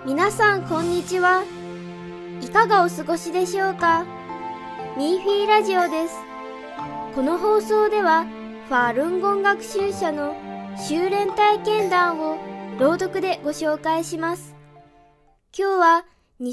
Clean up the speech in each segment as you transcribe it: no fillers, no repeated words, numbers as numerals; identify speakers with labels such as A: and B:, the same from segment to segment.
A: 皆さんこんにちは。いかがお過ごしでしょうか。ミーフィーラジオです。この放送ではファールンゴン学習者の修練体験談を朗読でご紹介します。今日は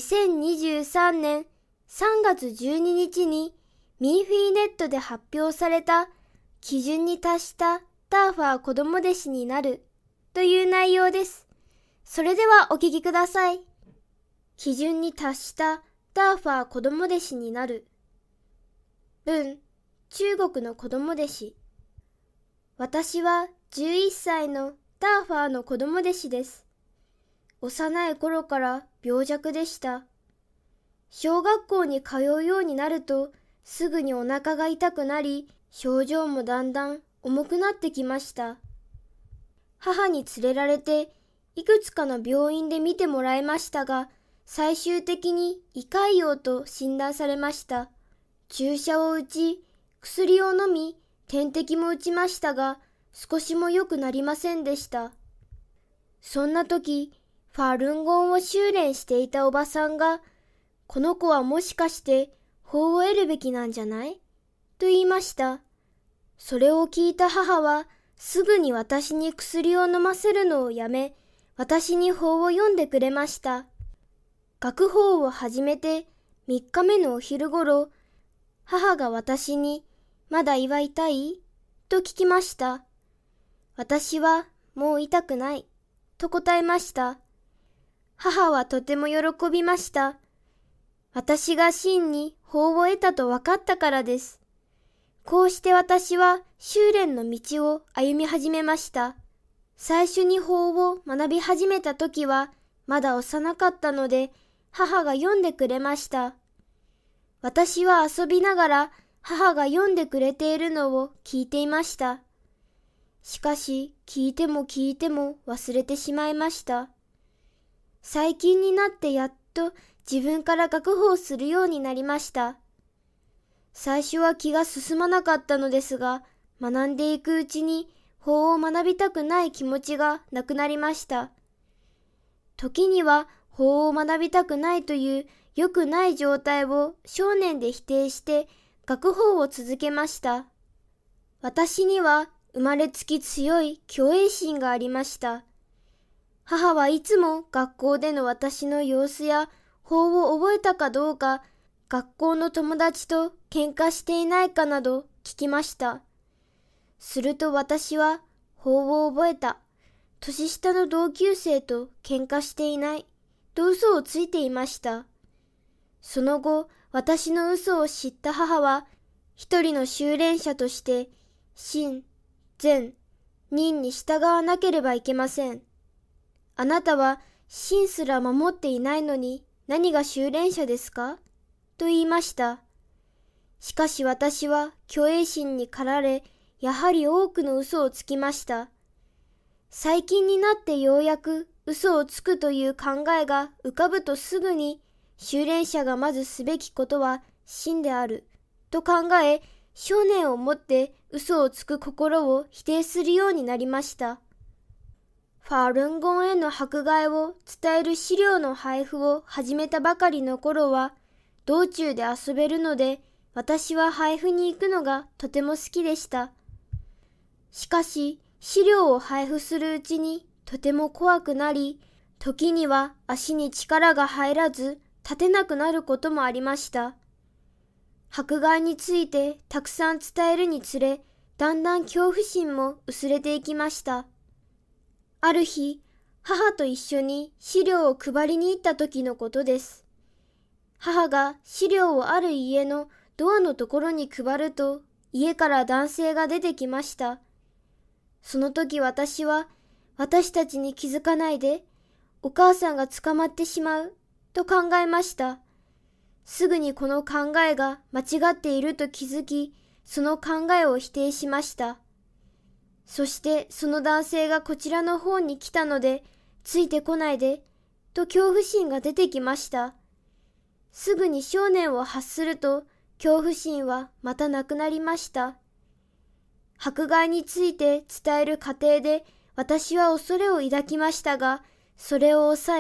A: 2023年3月12日にミーフィーネットで発表された基準に達したターファー子供弟子になるという内容です。それではお聞きください。基準に達したターファー子供弟子になる。文、中国の子供弟子。私は11歳のターファーの子供弟子です。幼い頃から病弱でした。小学校に通うようになるとすぐにお腹が痛くなり、症状もだんだん重くなってきました。母に連れられていくつかの病院で診てもらいましたが、最終的に胃潰瘍と診断されました。注射を打ち、薬を飲み、点滴も打ちましたが、少しも良くなりませんでした。そんな時、ファルンゴンを修練していたおばさんが、この子はもしかして法を得るべきなんじゃない?と言いました。それを聞いた母は、すぐに私に薬を飲ませるのをやめ、私に法を読んでくれました。学法を始めて3日目のお昼ごろ、母が私に、まだ胃は痛い?と聞きました。私は、もう痛くない、と答えました。母はとても喜びました。私が真に法を得たと分かったからです。こうして私は修練の道を歩み始めました。最初に法を学び始めた時はまだ幼かったので、母が読んでくれました。私は遊びながら母が読んでくれているのを聞いていました。しかし聞いても聞いても忘れてしまいました。最近になってやっと自分から学法するようになりました。最初は気が進まなかったのですが、学んでいくうちに法を学びたくない気持ちがなくなりました。時には法を学びたくないという良くない状態を少年で否定して学法を続けました。私には生まれつき強い虚栄心がありました。母はいつも学校での私の様子や法を覚えたかどうか、学校の友達と喧嘩していないかなど聞きました。すると私は法を覚えた、年下の同級生と喧嘩していないと嘘をついていました。その後、私の嘘を知った母は一人の修練者として真、善、忍に従わなければいけません。あなたは真すら守っていないのに何が修練者ですか?と言いました。しかし私は虚栄心に駆られ、やはり多くの嘘をつきました。最近になってようやく嘘をつくという考えが浮かぶとすぐに、修練者がまずすべきことは真であると考え、少年をもって嘘をつく心を否定するようになりました。ファルンゴンへの迫害を伝える資料の配布を始めたばかりの頃は、道中で遊べるので、私は配布に行くのがとても好きでした。しかし、資料を配布するうちにとても怖くなり、時には足に力が入らず立てなくなることもありました。迫害についてたくさん伝えるにつれ、だんだん恐怖心も薄れていきました。ある日、母と一緒に資料を配りに行った時のことです。母が資料をある家のドアのところに配ると、家から男性が出てきました。その時私は、私たちに気づかないで、お母さんが捕まってしまう、と考えました。すぐにこの考えが間違っていると気づき、その考えを否定しました。そしてその男性がこちらの方に来たので、ついてこないで、と恐怖心が出てきました。すぐに少年を発すると、恐怖心はまたなくなりました。迫害について伝える過程で私は恐れを抱きましたが、それを抑え、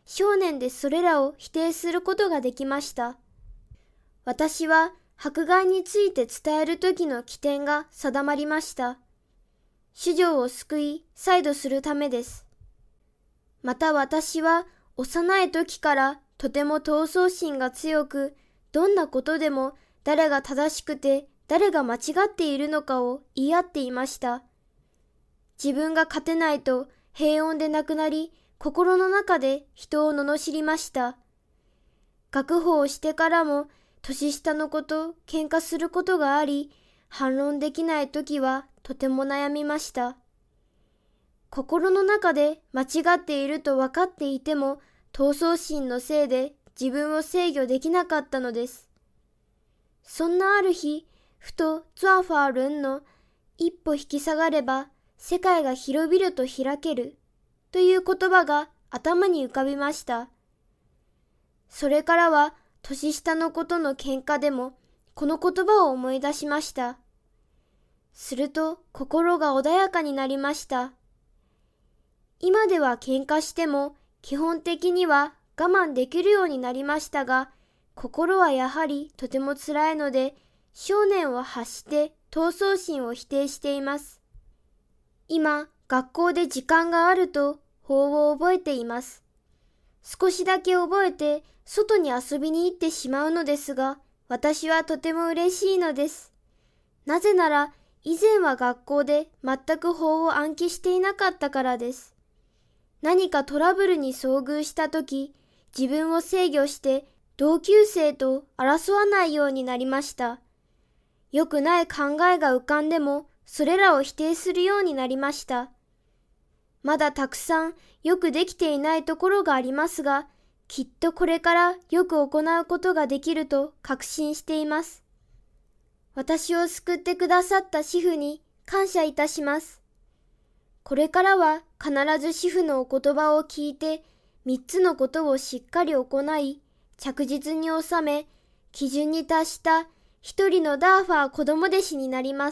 A: 少年でそれらを否定することができました。私は迫害について伝えるときの起点が定まりました。主女を救い、再度するためです。また私は幼い時からとても闘争心が強く、どんなことでも誰が正しくて誰が間違っているのかを言い合っていました。自分が勝てないと平穏でなくなり、心の中で人を罵りました。学法をしてからも年下の子と喧嘩することがあり、反論できないときはとても悩みました。心の中で間違っていると分かっていても、闘争心のせいで自分を制御できなかったのです。そんなある日、ふとツァーファールンの一歩引き下がれば世界が広々と開けるという言葉が頭に浮かびました。それからは年下の子との喧嘩でもこの言葉を思い出しました。すると心が穏やかになりました。今では喧嘩しても基本的には我慢できるようになりましたが、心はやはりとても辛いので、少年を発して闘争心を否定しています。今、学校で時間があると法を覚えています。少しだけ覚えて外に遊びに行ってしまうのですが、私はとても嬉しいのです。なぜなら、以前は学校で全く法を暗記していなかったからです。何かトラブルに遭遇したとき、自分を制御して同級生と争わないようになりました。良くない考えが浮かんでも、それらを否定するようになりました。まだたくさんよくできていないところがありますが、きっとこれからよく行うことができると確信しています。私を救ってくださった師父に感謝いたします。これからは必ず師父のお言葉を聞いて、3つのことをしっかり行い、着実に収め、基準に達した一人のダーファー子供弟子になります。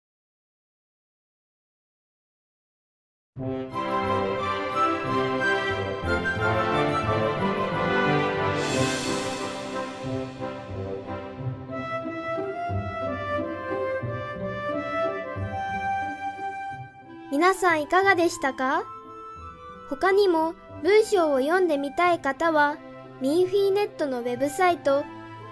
A: 皆さんいかがでしたか？他にも文章を読んでみたい方は、ミンフィーネットのウェブサイト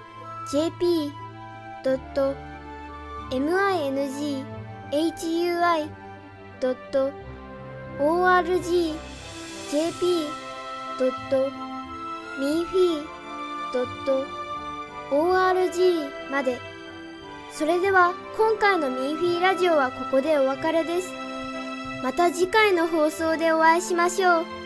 A: jp.minghui.org まで。それでは今回のミンフィーラジオはここでお別れです。また次回の放送でお会いしましょう。